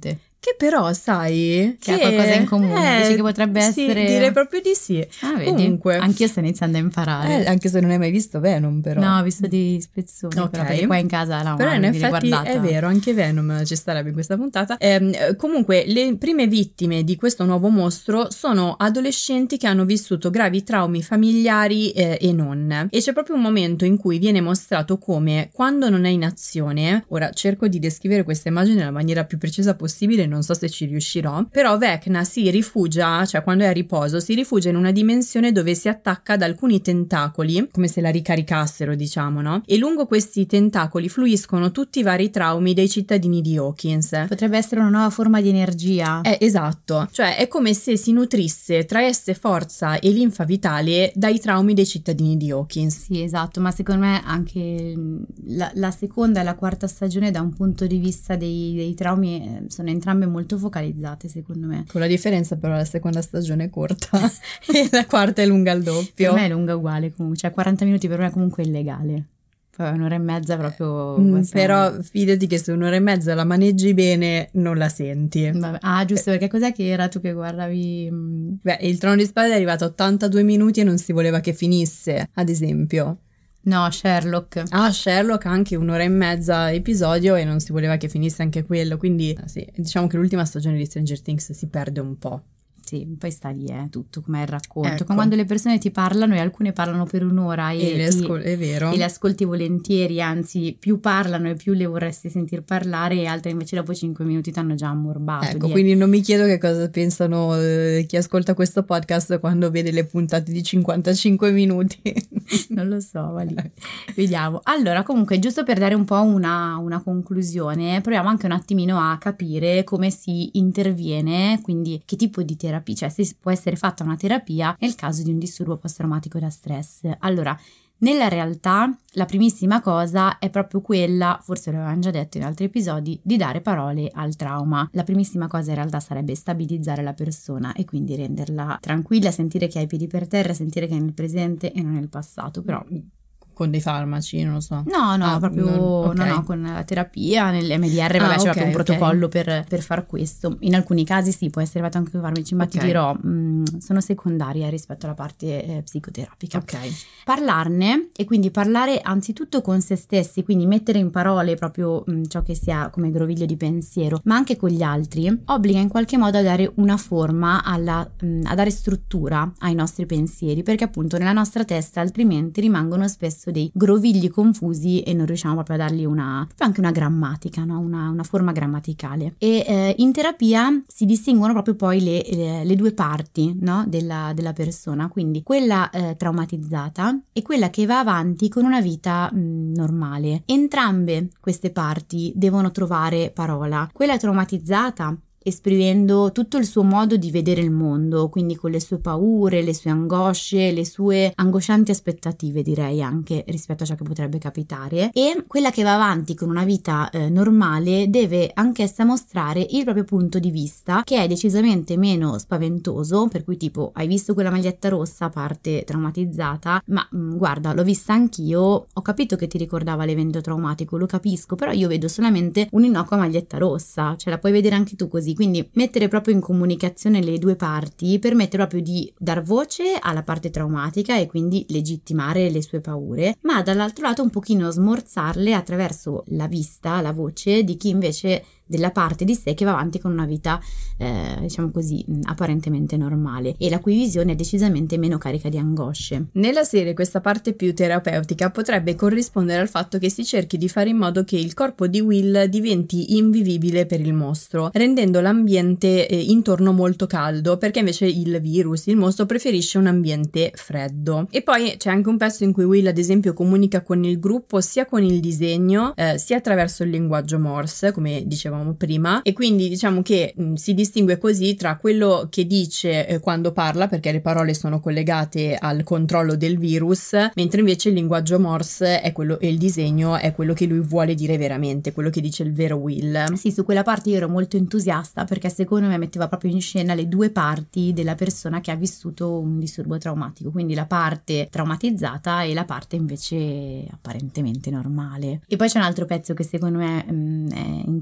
che però sai che ha qualcosa in comune, dici che potrebbe essere... Sì, direi proprio di sì. Vedi? Comunque Anch'io sto iniziando a imparare. anche se non hai mai visto Venom, però. No, ho visto dei spezzoni, Ok. però perché qua in casa la Però in effetti riguardata. è vero, anche Venom ci starebbe in questa puntata. Comunque le prime vittime di questo nuovo mostro sono adolescenti che hanno vissuto gravi traumi familiari e non. E c'è proprio un momento in cui viene mostrato come quando non è in azione, ora cerco di descrivere questa immagine nella maniera più precisa possibile, non so se ci riuscirò, però Vecna si rifugia, cioè quando è a riposo, si rifugia in una dimensione dove si attacca ad alcuni tentacoli, come se la ricaricassero, diciamo, no? E lungo questi tentacoli fluiscono tutti i vari traumi dei cittadini di Hawkins. Potrebbe essere una nuova forma di energia. Esatto, cioè è come se si nutrisse, traesse forza e linfa vitale dai traumi dei cittadini di Hawkins. Sì, esatto, ma secondo me anche la seconda e la quarta stagione da un punto di vista dei traumi sono entrambe molto focalizzate, secondo me. Con la differenza però la seconda stagione è corta e la quarta è lunga al doppio. Per me è lunga uguale comunque, cioè 40 minuti per me comunque è illegale. Poi un'ora e mezza proprio... Però fidati che se un'ora e mezza la maneggi bene non la senti. Vabbè. Ah, giusto, perché cos'è che era tu che guardavi? Beh, il Trono di Spade è arrivato a 82 minuti e non si voleva che finisse, ad esempio. No, Sherlock. Ah, Sherlock anche un'ora e mezza episodio e non si voleva che finisse anche quello, quindi sì, diciamo che l'ultima stagione di Stranger Things si perde un po'. Sì, poi sta lì, tutto com'è il racconto. Ecco. Quando le persone ti parlano e alcune parlano per un'ora è vero. E le ascolti volentieri, anzi più parlano e più le vorresti sentir parlare, e altre invece dopo 5 minuti ti hanno già ammorbato. Ecco, quindi non mi chiedo che cosa pensano chi ascolta questo podcast quando vede le puntate di 55 minuti. Non lo so, va lì. Vediamo. Allora, comunque, giusto per dare un po' una conclusione, proviamo anche un attimino a capire come si interviene, quindi che tipo di terapia, cioè se può essere fatta una terapia nel caso di un disturbo post-traumatico da stress. Allora, nella realtà la primissima cosa è proprio quella, forse lo avevamo già detto in altri episodi, di dare parole al trauma. La primissima cosa in realtà sarebbe stabilizzare la persona e quindi renderla tranquilla, sentire che ha i piedi per terra, sentire che è nel presente e non nel passato, però... Con dei farmaci, non lo so. No, proprio okay. no, con la terapia, nell'MDR vabbè, c'è proprio un protocollo per far questo. In alcuni casi sì, può essere fatto anche con farmaci, ma ti dirò, sono secondarie rispetto alla parte psicoterapica. Ok. Parlarne, e quindi parlare anzitutto con se stessi, quindi mettere in parole proprio ciò che si ha come groviglio di pensiero, ma anche con gli altri, obbliga in qualche modo a dare una forma, a dare struttura ai nostri pensieri, perché appunto nella nostra testa altrimenti rimangono spesso dei grovigli confusi e non riusciamo proprio a dargli anche una grammatica, no? una forma grammaticale. E in terapia si distinguono proprio poi le due parti, no? della persona, quindi quella traumatizzata e quella che va avanti con una vita normale. Entrambe queste parti devono trovare parola. Quella traumatizzata esprimendo tutto il suo modo di vedere il mondo, quindi con le sue paure, le sue angosce, le sue angoscianti aspettative, direi anche rispetto a ciò che potrebbe capitare, e quella che va avanti con una vita normale deve anch'essa mostrare il proprio punto di vista, che è decisamente meno spaventoso, per cui tipo hai visto quella maglietta rossa, parte traumatizzata, ma guarda, l'ho vista anch'io, ho capito che ti ricordava l'evento traumatico, lo capisco, però io vedo solamente un'innocua maglietta rossa, cioè la puoi vedere anche tu così. Quindi mettere proprio in comunicazione le due parti permette proprio di dar voce alla parte traumatica e quindi legittimare le sue paure, ma dall'altro lato un pochino smorzarle attraverso la vista, la voce di chi invece della parte di sé che va avanti con una vita diciamo così apparentemente normale e la cui visione è decisamente meno carica di angosce. Nella serie questa parte più terapeutica potrebbe corrispondere al fatto che si cerchi di fare in modo che il corpo di Will diventi invivibile per il mostro, rendendo l'ambiente intorno molto caldo, perché invece il mostro preferisce un ambiente freddo. E poi c'è anche un pezzo in cui Will ad esempio comunica con il gruppo sia con il disegno sia attraverso il linguaggio Morse, come dicevamo prima, e quindi diciamo che si distingue così tra quello che dice quando parla, perché le parole sono collegate al controllo del virus, mentre invece il linguaggio Morse è quello, e il disegno è quello che lui vuole dire veramente, quello che dice il vero Will. Sì, su quella parte io ero molto entusiasta perché secondo me metteva proprio in scena le due parti della persona che ha vissuto un disturbo traumatico, quindi la parte traumatizzata e la parte invece apparentemente normale. E poi c'è un altro pezzo che secondo me è interessante,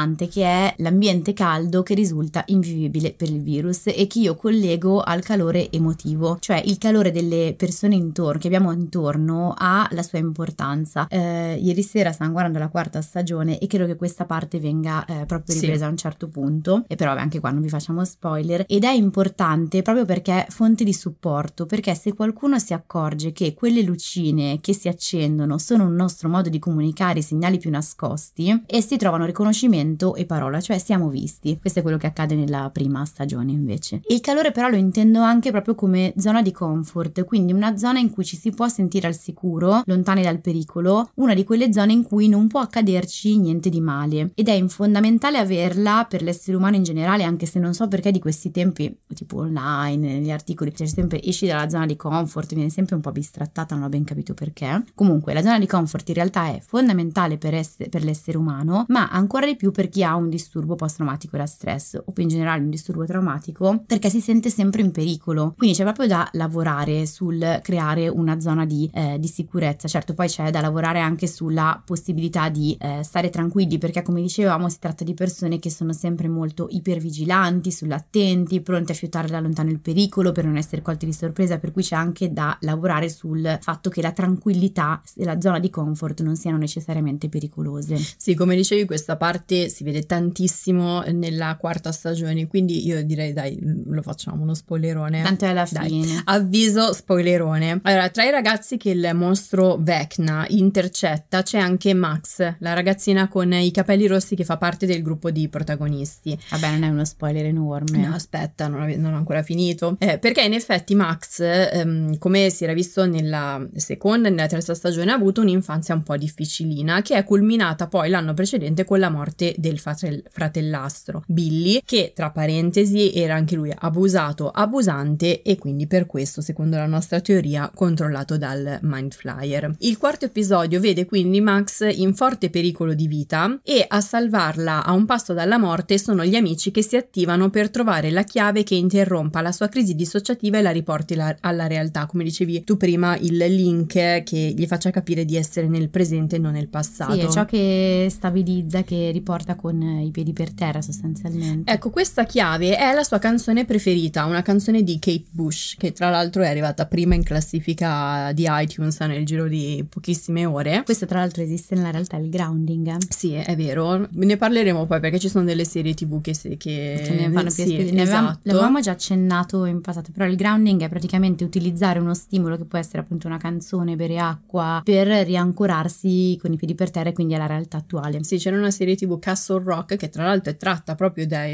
importante, che è l'ambiente caldo che risulta invivibile per il virus e che io collego al calore emotivo, cioè il calore delle persone intorno, che abbiamo intorno, ha la sua importanza. Ieri sera stavamo guardando la 4ª stagione e credo che questa parte venga proprio ripresa a un certo punto, e però anche qua non vi facciamo spoiler, ed è importante proprio perché è fonte di supporto, perché se qualcuno si accorge che quelle lucine che si accendono sono un nostro modo di comunicare i segnali più nascosti, e si trovano riconoscimento e parola, cioè siamo visti. Questo è quello che accade nella prima stagione invece. Il calore però lo intendo anche proprio come zona di comfort, quindi una zona in cui ci si può sentire al sicuro, lontani dal pericolo, una di quelle zone in cui non può accaderci niente di male, ed è fondamentale averla per l'essere umano in generale, anche se non so perché di questi tempi, tipo online, negli articoli, c'è sempre esci dalla zona di comfort, viene sempre un po' bistrattata, non ho ben capito perché. Comunque la zona di comfort in realtà è fondamentale per l'essere umano, ma ancora di più per chi ha un disturbo post-traumatico da stress o più in generale un disturbo traumatico, perché si sente sempre in pericolo. Quindi c'è proprio da lavorare sul creare una zona di sicurezza. Certo, poi c'è da lavorare anche sulla possibilità di stare tranquilli, perché come dicevamo si tratta di persone che sono sempre molto ipervigilanti, sull'attenti, pronti a fiutare da lontano il pericolo per non essere colti di sorpresa, per cui c'è anche da lavorare sul fatto che la tranquillità e la zona di comfort non siano necessariamente pericolose. Sì, come dicevi, questa parte si vede tantissimo nella 4ª stagione, quindi io direi dai, lo facciamo uno spoilerone. Tanto è alla fine. Avviso spoilerone. Allora, tra i ragazzi che il mostro Vecna intercetta c'è anche Max, la ragazzina con i capelli rossi che fa parte del gruppo di protagonisti. Vabbè, non è uno spoiler enorme. No, aspetta, non ho ancora finito. Perché in effetti Max, come si era visto nella 2ª e nella 3ª stagione, ha avuto un'infanzia un po' difficilina, che è culminata poi l'anno precedente con la morte del fratellastro Billy, che tra parentesi era anche lui abusato, abusante, e quindi per questo, secondo la nostra teoria, controllato dal Mind Flayer. Il 4º episodio vede quindi Max in forte pericolo di vita, e a salvarla a un passo dalla morte sono gli amici che si attivano per trovare la chiave che interrompa la sua crisi dissociativa e la riporti alla realtà, come dicevi tu prima, il link che gli faccia capire di essere nel presente e non nel passato. Sì, è ciò che stabilizza, che riporta con i piedi per terra sostanzialmente. Ecco, questa chiave è la sua canzone preferita, una canzone di Kate Bush, che tra l'altro è arrivata prima in classifica di iTunes nel giro di pochissime ore. Questo tra l'altro esiste nella realtà, il grounding. Sì, è vero, ne parleremo poi perché ci sono delle serie TV che ne fanno più esatto. L'avevamo già accennato in passato, però il grounding è praticamente utilizzare uno stimolo che può essere appunto una canzone, bere acqua, per riancorarsi con i piedi per terra e quindi alla realtà attuale. Sì, c'era una serie TV, Castle Rock, che tra l'altro è tratta proprio da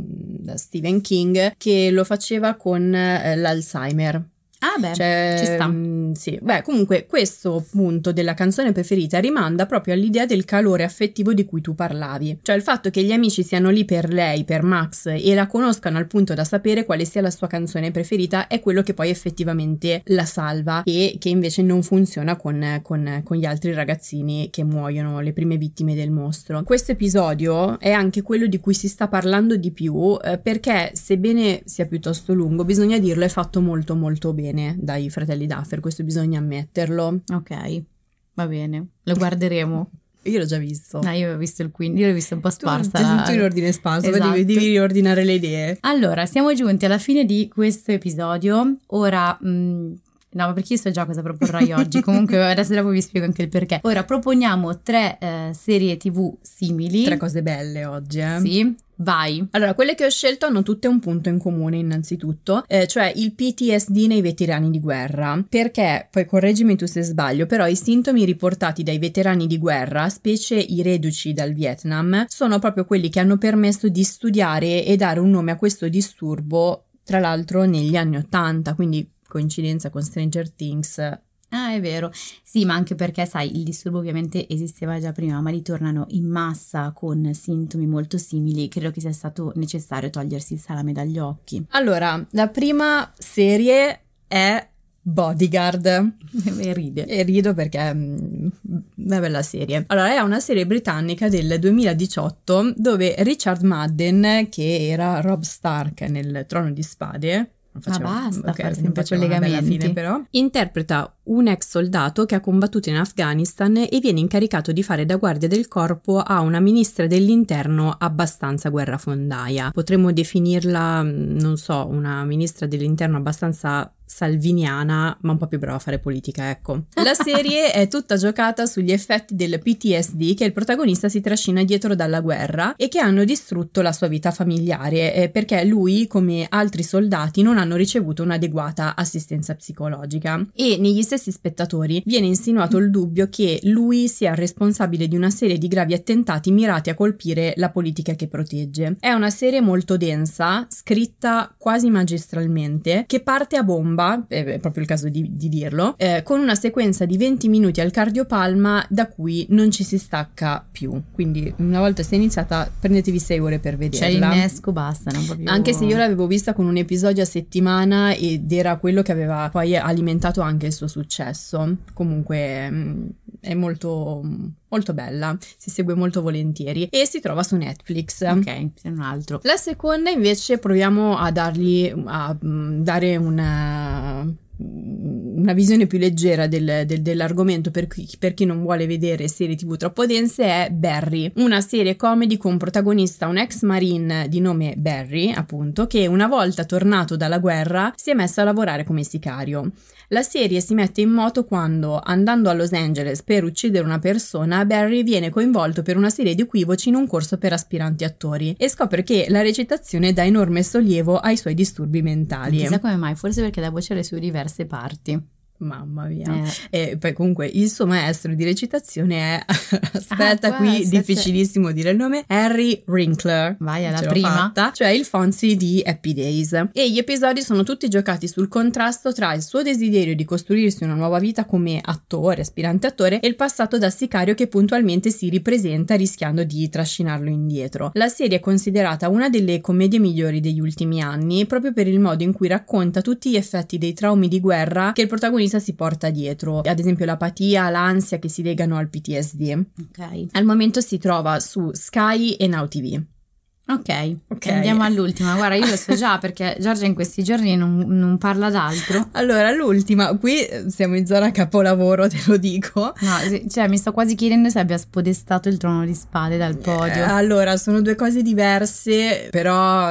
Stephen King, che lo faceva con l'Alzheimer. Ah beh, ci sta. Sì, beh, comunque questo punto della canzone preferita rimanda proprio all'idea del calore affettivo di cui tu parlavi, cioè il fatto che gli amici siano lì per lei, per Max, e la conoscano al punto da sapere quale sia la sua canzone preferita è quello che poi effettivamente la salva, e che invece non funziona con gli altri ragazzini che muoiono, le prime vittime del mostro. Questo episodio è anche quello di cui si sta parlando di più, perché sebbene sia piuttosto lungo, bisogna dirlo, è fatto molto molto bene dai fratelli Duffer, questo bisogna ammetterlo. Ok, va bene, lo guarderemo. Io l'ho già visto. No, io ho visto il 15, io l'ho visto un po' sparsa. Tu in ordine sparso, esatto. devi riordinare le idee. Allora, siamo giunti alla fine di questo episodio. Ora... No, ma perché io so già cosa proporrai oggi, comunque adesso dopo vi spiego anche il perché. Ora proponiamo 3 serie TV simili. 3 cose belle oggi, Sì, vai. Allora, quelle che ho scelto hanno tutte un punto in comune innanzitutto, cioè il PTSD nei veterani di guerra, perché, poi correggimi tu se sbaglio, però i sintomi riportati dai veterani di guerra, specie i reduci dal Vietnam, sono proprio quelli che hanno permesso di studiare e dare un nome a questo disturbo, tra l'altro negli anni '80, quindi coincidenza con Stranger Things. Ah, è vero. Sì, ma anche perché, sai, il disturbo ovviamente esisteva già prima, ma ritornano in massa con sintomi molto simili. Credo che sia stato necessario togliersi il salame dagli occhi. Allora, la prima serie è Bodyguard. E rido perché è una bella serie. Allora, è una serie britannica del 2018 dove Richard Madden, che era Robb Stark nel Trono di Spade, basta fare sempre collegamenti. Fine, però. Interpreta un ex soldato che ha combattuto in Afghanistan e viene incaricato di fare da guardia del corpo a una ministra dell'interno abbastanza guerrafondaia. Potremmo definirla, non so, una ministra dell'interno abbastanza salviniana, ma un po' più brava a fare politica, ecco. La serie è tutta giocata sugli effetti del PTSD che il protagonista si trascina dietro dalla guerra e che hanno distrutto la sua vita familiare, perché lui, come altri soldati, non hanno ricevuto un'adeguata assistenza psicologica, e negli stessi spettatori viene insinuato il dubbio che lui sia responsabile di una serie di gravi attentati mirati a colpire la politica che protegge. È una serie molto densa, scritta quasi magistralmente, che parte a bomba, è proprio il caso di dirlo, con una sequenza di 20 minuti al cardiopalma da cui non ci si stacca più. Quindi una volta sia iniziata, prendetevi 6 ore per vederla. C'è l'innesco, basta, non proprio... Anche se io l'avevo vista con un episodio a settimana ed era quello che aveva poi alimentato anche il suo successo. Comunque è molto molto bella, si segue molto volentieri e si trova su Netflix. Ok, c'è un altro. La seconda invece proviamo a dare una visione più leggera dell'argomento per chi non vuole vedere serie TV troppo dense. È Barry, una serie comedy con protagonista un ex marine di nome Barry, appunto, che una volta tornato dalla guerra si è messo a lavorare come sicario. La serie si mette in moto quando, andando a Los Angeles per uccidere una persona, Barry viene coinvolto per una serie di equivoci in un corso per aspiranti attori e scopre che la recitazione dà enorme sollievo ai suoi disturbi mentali. Chissà come mai, forse perché la voce ha le sue diverse parti. Mamma mia. E poi comunque il suo maestro di recitazione è difficilissimo dire il nome, Henry Winkler. Vai alla prima. Cioè il Fonzie di Happy Days. E gli episodi sono tutti giocati sul contrasto tra il suo desiderio di costruirsi una nuova vita come attore, aspirante attore, e il passato da sicario che puntualmente si ripresenta rischiando di trascinarlo indietro. La serie è considerata una delle commedie migliori degli ultimi anni proprio per il modo in cui racconta tutti gli effetti dei traumi di guerra che il protagonista si porta dietro, ad esempio l'apatia, l'ansia che si legano al PTSD. Ok. Al momento si trova su Sky e Now TV. Ok, andiamo all'ultima. Guarda, io lo so già perché Giorgia in questi giorni non parla d'altro. Allora, l'ultima, qui siamo in zona capolavoro, te lo dico. No, cioè mi sto quasi chiedendo se abbia spodestato il Trono di Spade dal podio. Allora, sono due cose diverse, però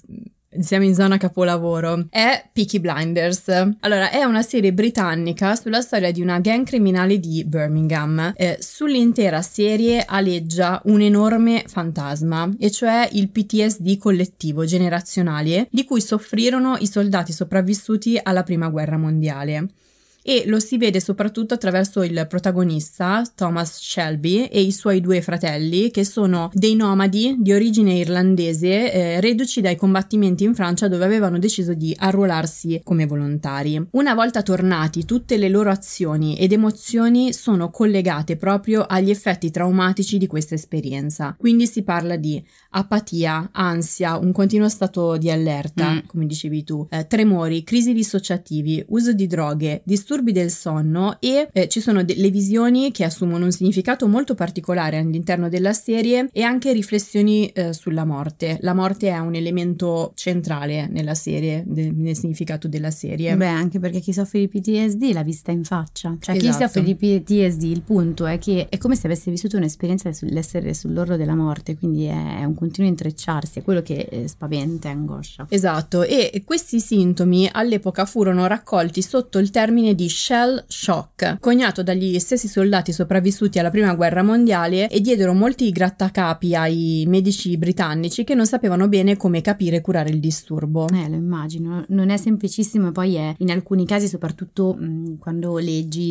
siamo in zona capolavoro. È Peaky Blinders. Allora, è una serie britannica sulla storia di una gang criminale di Birmingham. Sull'intera serie aleggia un enorme fantasma, e cioè il PTSD collettivo generazionale di cui soffrirono i soldati sopravvissuti alla Prima Guerra Mondiale. E lo si vede soprattutto attraverso il protagonista, Thomas Shelby, e i suoi 2 fratelli, che sono dei nomadi di origine irlandese, reduci dai combattimenti in Francia, dove avevano deciso di arruolarsi come volontari. Una volta tornati, tutte le loro azioni ed emozioni sono collegate proprio agli effetti traumatici di questa esperienza. Quindi si parla di apatia, ansia, un continuo stato di allerta, come dicevi tu, tremori, crisi dissociativi, uso di droghe, disturbi del sonno, e ci sono le visioni che assumono un significato molto particolare all'interno della serie, e anche riflessioni sulla morte. La morte è un elemento centrale nella serie, nel significato della serie. Beh, anche perché chi soffre di PTSD l'ha vista in faccia. Cioè esatto. Chi soffre di PTSD, il punto è che è come se avesse vissuto un'esperienza sull'essere sull'orlo della morte, quindi è un continuo intrecciarsi, è quello che spaventa e angoscia. Esatto, e questi sintomi all'epoca furono raccolti sotto il termine di shell shock, coniato dagli stessi soldati sopravvissuti alla Prima Guerra Mondiale, e diedero molti grattacapi ai medici britannici che non sapevano bene come capire e curare il disturbo. Lo immagino, non è semplicissimo, e poi è in alcuni casi, soprattutto quando leggi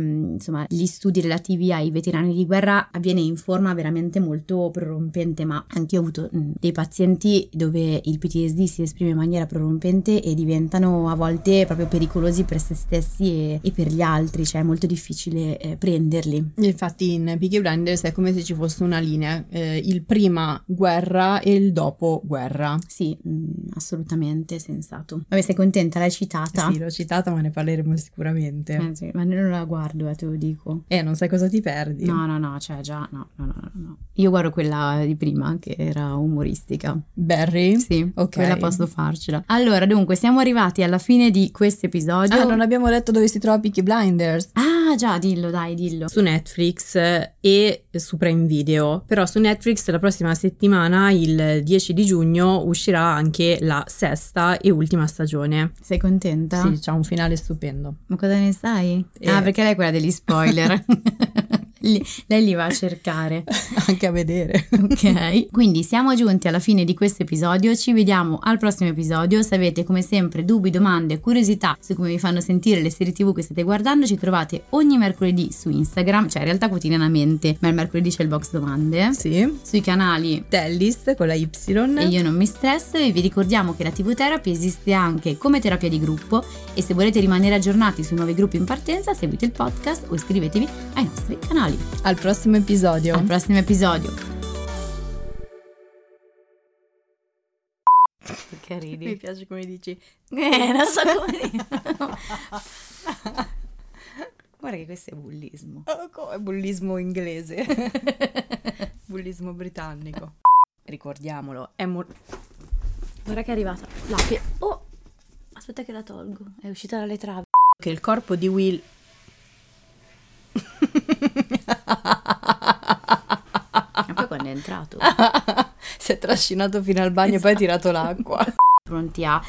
gli studi relativi ai veterani di guerra, avviene in forma veramente molto prorompente, ma anche io ho avuto dei pazienti dove il PTSD si esprime in maniera prorompente e diventano a volte proprio pericolosi per se stessi e per gli altri, cioè è molto difficile prenderli. Infatti in Peaky Blinders è come se ci fosse una linea, il prima guerra e il dopo guerra. Sì, assolutamente sensato. Vabbè, sei contenta? L'hai citata? Sì, l'ho citata, ma ne parleremo sicuramente. Sì, ma non la guardo, te lo dico. Non sai cosa ti perdi. No, cioè già, no. Io guardo quella di prima, che era umoristica. Barry? Sì, ok. Quella posso farcela. Allora, dunque, siamo arrivati alla fine di questo episodio. Non abbiamo detto dove si trova Peaky Blinders. Ah, già, dillo. Su Netflix e su Prime Video. Però su Netflix la prossima settimana, il 10 di giugno, uscirà anche la 6ª e ultima stagione. Sei contenta? Sì, c'ha un finale stupendo. Ma cosa ne sai? Perché lei è quella degli spoiler. Lei li va a cercare. Anche a vedere. Ok, quindi siamo giunti alla fine di questo episodio, ci vediamo al prossimo episodio. Se avete come sempre dubbi, domande, curiosità su come vi fanno sentire le serie TV che state guardando, ci trovate ogni mercoledì su Instagram, cioè in realtà quotidianamente, ma il mercoledì c'è il box domande. Sì. Sui canali Tellist con la Y e Io non mi stresso, e vi ricordiamo che la TV Therapy esiste anche come terapia di gruppo, e se volete rimanere aggiornati sui nuovi gruppi in partenza, seguite il podcast o iscrivetevi ai nostri canali. Al prossimo episodio. Al prossimo episodio. Che ridi? Mi piace come dici. Non so come dire. Guarda che questo è bullismo. È bullismo inglese. Bullismo britannico. Ricordiamolo. Guarda che è arrivata l'ape. Oh, aspetta che la tolgo. È uscita dalle travi. Che il corpo di Will... Ma poi quando è entrato si è trascinato fino al bagno, esatto. E poi ha tirato l'acqua. Pronti a...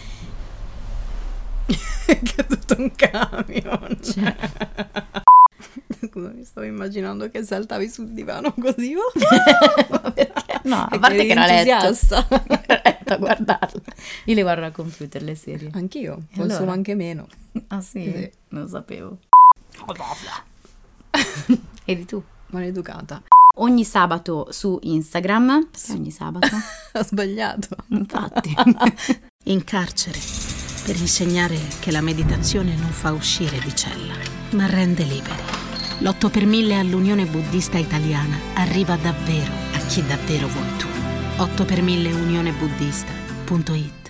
Che è tutto un camion. Cioè... Scusa, mi stavo immaginando che saltavi sul divano così. Perché? No, a parte che l'ho letto a guardarla. Io le guardo al computer le serie. Anch'io, consumo allora? Anche meno. Ah sì? Non sapevo. Eri tu? Maleducata. Ogni sabato su Instagram. Sì. Ogni sabato? Ho sbagliato. Infatti. In carcere, per insegnare che la meditazione non fa uscire di cella, ma rende liberi. L'8 per 1000 all'Unione Buddista Italiana arriva davvero a chi davvero vuoi tu. 8 per 1000 unionebuddista.it